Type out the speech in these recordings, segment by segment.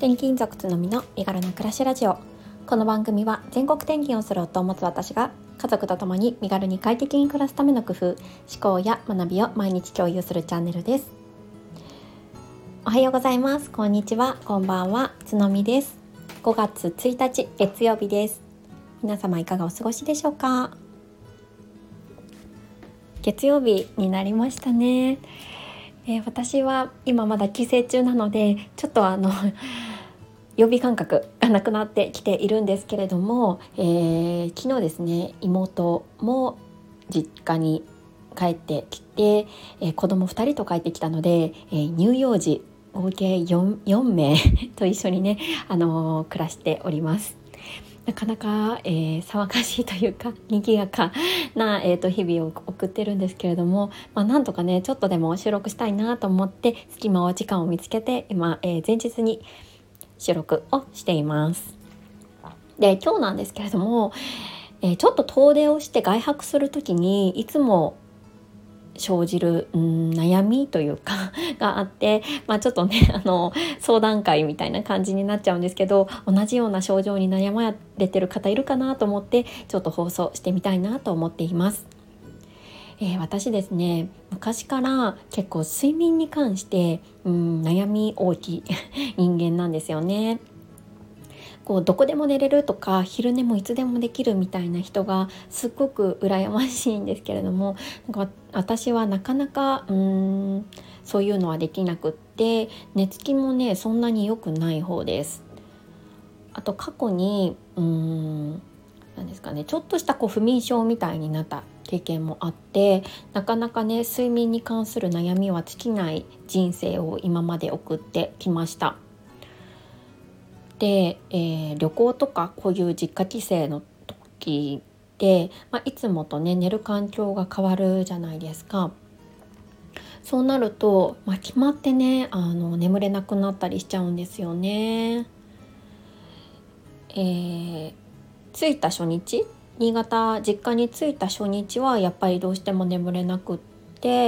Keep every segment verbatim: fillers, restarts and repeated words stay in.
転勤族つのみの身軽な暮らしラジオ。この番組は全国転勤をする夫を持つ私が家族と共に身軽に快適に暮らすための工夫、思考や学びを毎日共有するチャンネルです。おはようございます。こんにちは、こんばんは、つのみです。ごがつついたち月曜日です。皆様いかがお過ごしでしょうか。月曜日になりましたね。えー、私は今まだ帰省中なのでちょっとあの曜日感覚がなくなってきているんですけれども、えー、昨日ですね、妹も実家に帰ってきて、えー、子供ふたりと帰ってきたので、えー、乳幼児合計 4, よんめいと一緒にね、あのー、暮らしております。なかなか、えー、騒がしいというか賑やかな、えー、と日々を送ってるんですけれども、まあ、なんとかねちょっとでも収録したいなと思って隙間を時間を見つけて今、えー、前日に収録をしています。で、今日なんですけれども、えー、ちょっと遠出をして外泊するときにいつも生じるうん悩みというかがあって、まあ、ちょっとねあの相談会みたいな感じになっちゃうんですけど、同じような症状に悩まれてる方いるかなと思ってちょっと放送してみたいなと思っています。えー、私ですね、昔から結構睡眠に関してうん悩み大きい人間なんですよね。こうどこでも寝れるとか昼寝もいつでもできるみたいな人がすっごく羨ましいんですけれども、なんか私はなかなかうーんそういうのはできなくって、寝つきもねそんなに良くない方です。あと過去にうーんなんですかね、ちょっとしたこう不眠症みたいになった経験もあって、なかなかね睡眠に関する悩みは尽きない人生を今まで送ってきました。で、えー、旅行とかこういう実家帰省の時で、まあ、いつもとね寝る環境が変わるじゃないですか。そうなると、まあ、決まってねあの眠れなくなったりしちゃうんですよね。えー、着いた初日、新潟実家に着いた初日はやっぱりどうしても眠れなくって、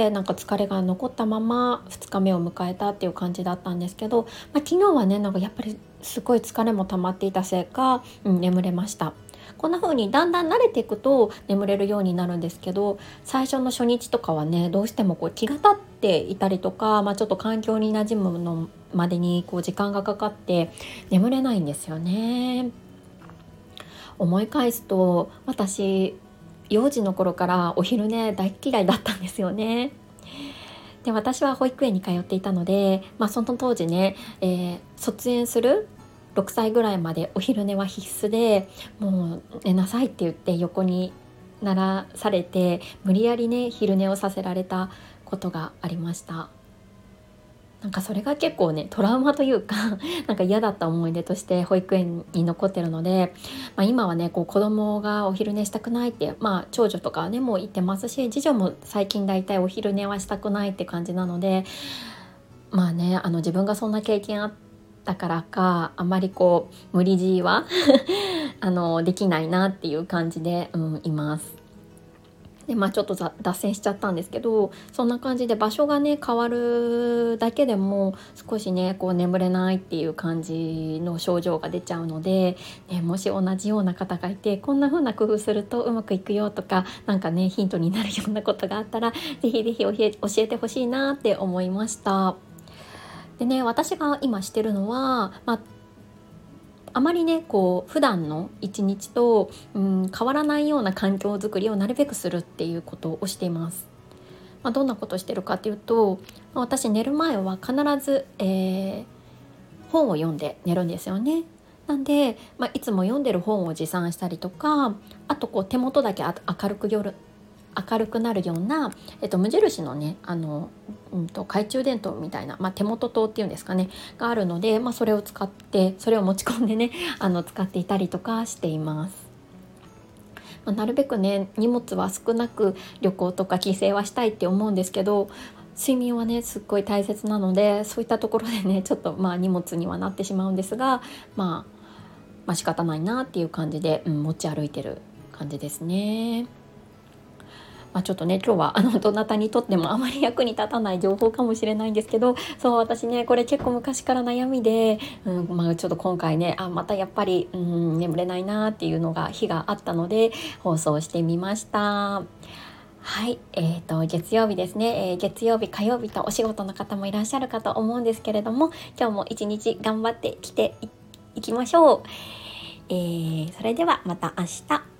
なんか疲れが残ったままふつかめを迎えたっていう感じだったんですけど、まあ、昨日はねなんかやっぱりすごい疲れも溜まっていたせいか、うん、眠れました。こんな風にだんだん慣れていくと眠れるようになるんですけど、最初の初日とかはねどうしてもこう気が立っていたりとか、まあ、ちょっと環境に馴染むのまでにこう時間がかかって眠れないんですよね。思い返すと私幼児の頃からお昼寝大嫌いだったんですよね。で、私は保育園に通っていたので、まあ、その当時ね、えー卒園するろくさいぐらいまでお昼寝は必須で、もう寝なさいって言って横にならされて無理やりね昼寝をさせられたことがありました。なんかそれが結構ねトラウマというかなんか嫌だった思い出として保育園に残ってるので、まあ、今はねこう子供がお昼寝したくないって、まあ、長女とかはねもう言ってますし、次女も最近だいたいお昼寝はしたくないって感じなので、まあねあの自分がそんな経験あったからかあまりこう無理強いはあのできないなっていう感じで、うん、います。で、まあ、ちょっと脱線しちゃったんですけど、そんな感じで場所がね変わるだけでも少しねこう眠れないっていう感じの症状が出ちゃうので、ね、もし同じような方がいてこんな風な工夫するとうまくいくよとか、なんかねヒントになるようなことがあったらぜひぜひ教え、教えてほしいなって思いました。でね、私が今してるのは、まああまりねこう普段の一日と、うん、変わらないような環境づくりをなるべくするっていうことをしています。まあ、どんなことをしてるかというと、まあ私寝る前は必ず、えー本を読んで寝るんですよね。なんで、まあ、いつも読んでる本を持参したりとか、あとこう手元だけあ明るく夜明るくなるような、えっと、無印のねあの、うんと、懐中電灯みたいな、まあ、手元灯っていうんですかねがあるので、まあ、それを使ってそれを持ち込んでねあの使っていたりとかしています。まあ、なるべくね荷物は少なく旅行とか帰省はしたいって思うんですけど、睡眠はねすっごい大切なので、そういったところでねちょっとまあ荷物にはなってしまうんですが、まあ、まあ仕方ないなっていう感じで、うん、持ち歩いてる感じですね。 まあ、ちょっとね今日はあのどなたにとってもあまり役に立たない情報かもしれないんですけど、そう私ねこれ結構昔から悩みで、うんまあ、ちょっと今回ねあまたやっぱり、うん、眠れないなっていうのが日があったので放送してみました。はい、えーと月曜日ですね、えー、月曜日火曜日とお仕事の方もいらっしゃるかと思うんですけれども、今日も一日頑張ってきて い, いきましょう。えー、それではまた明日。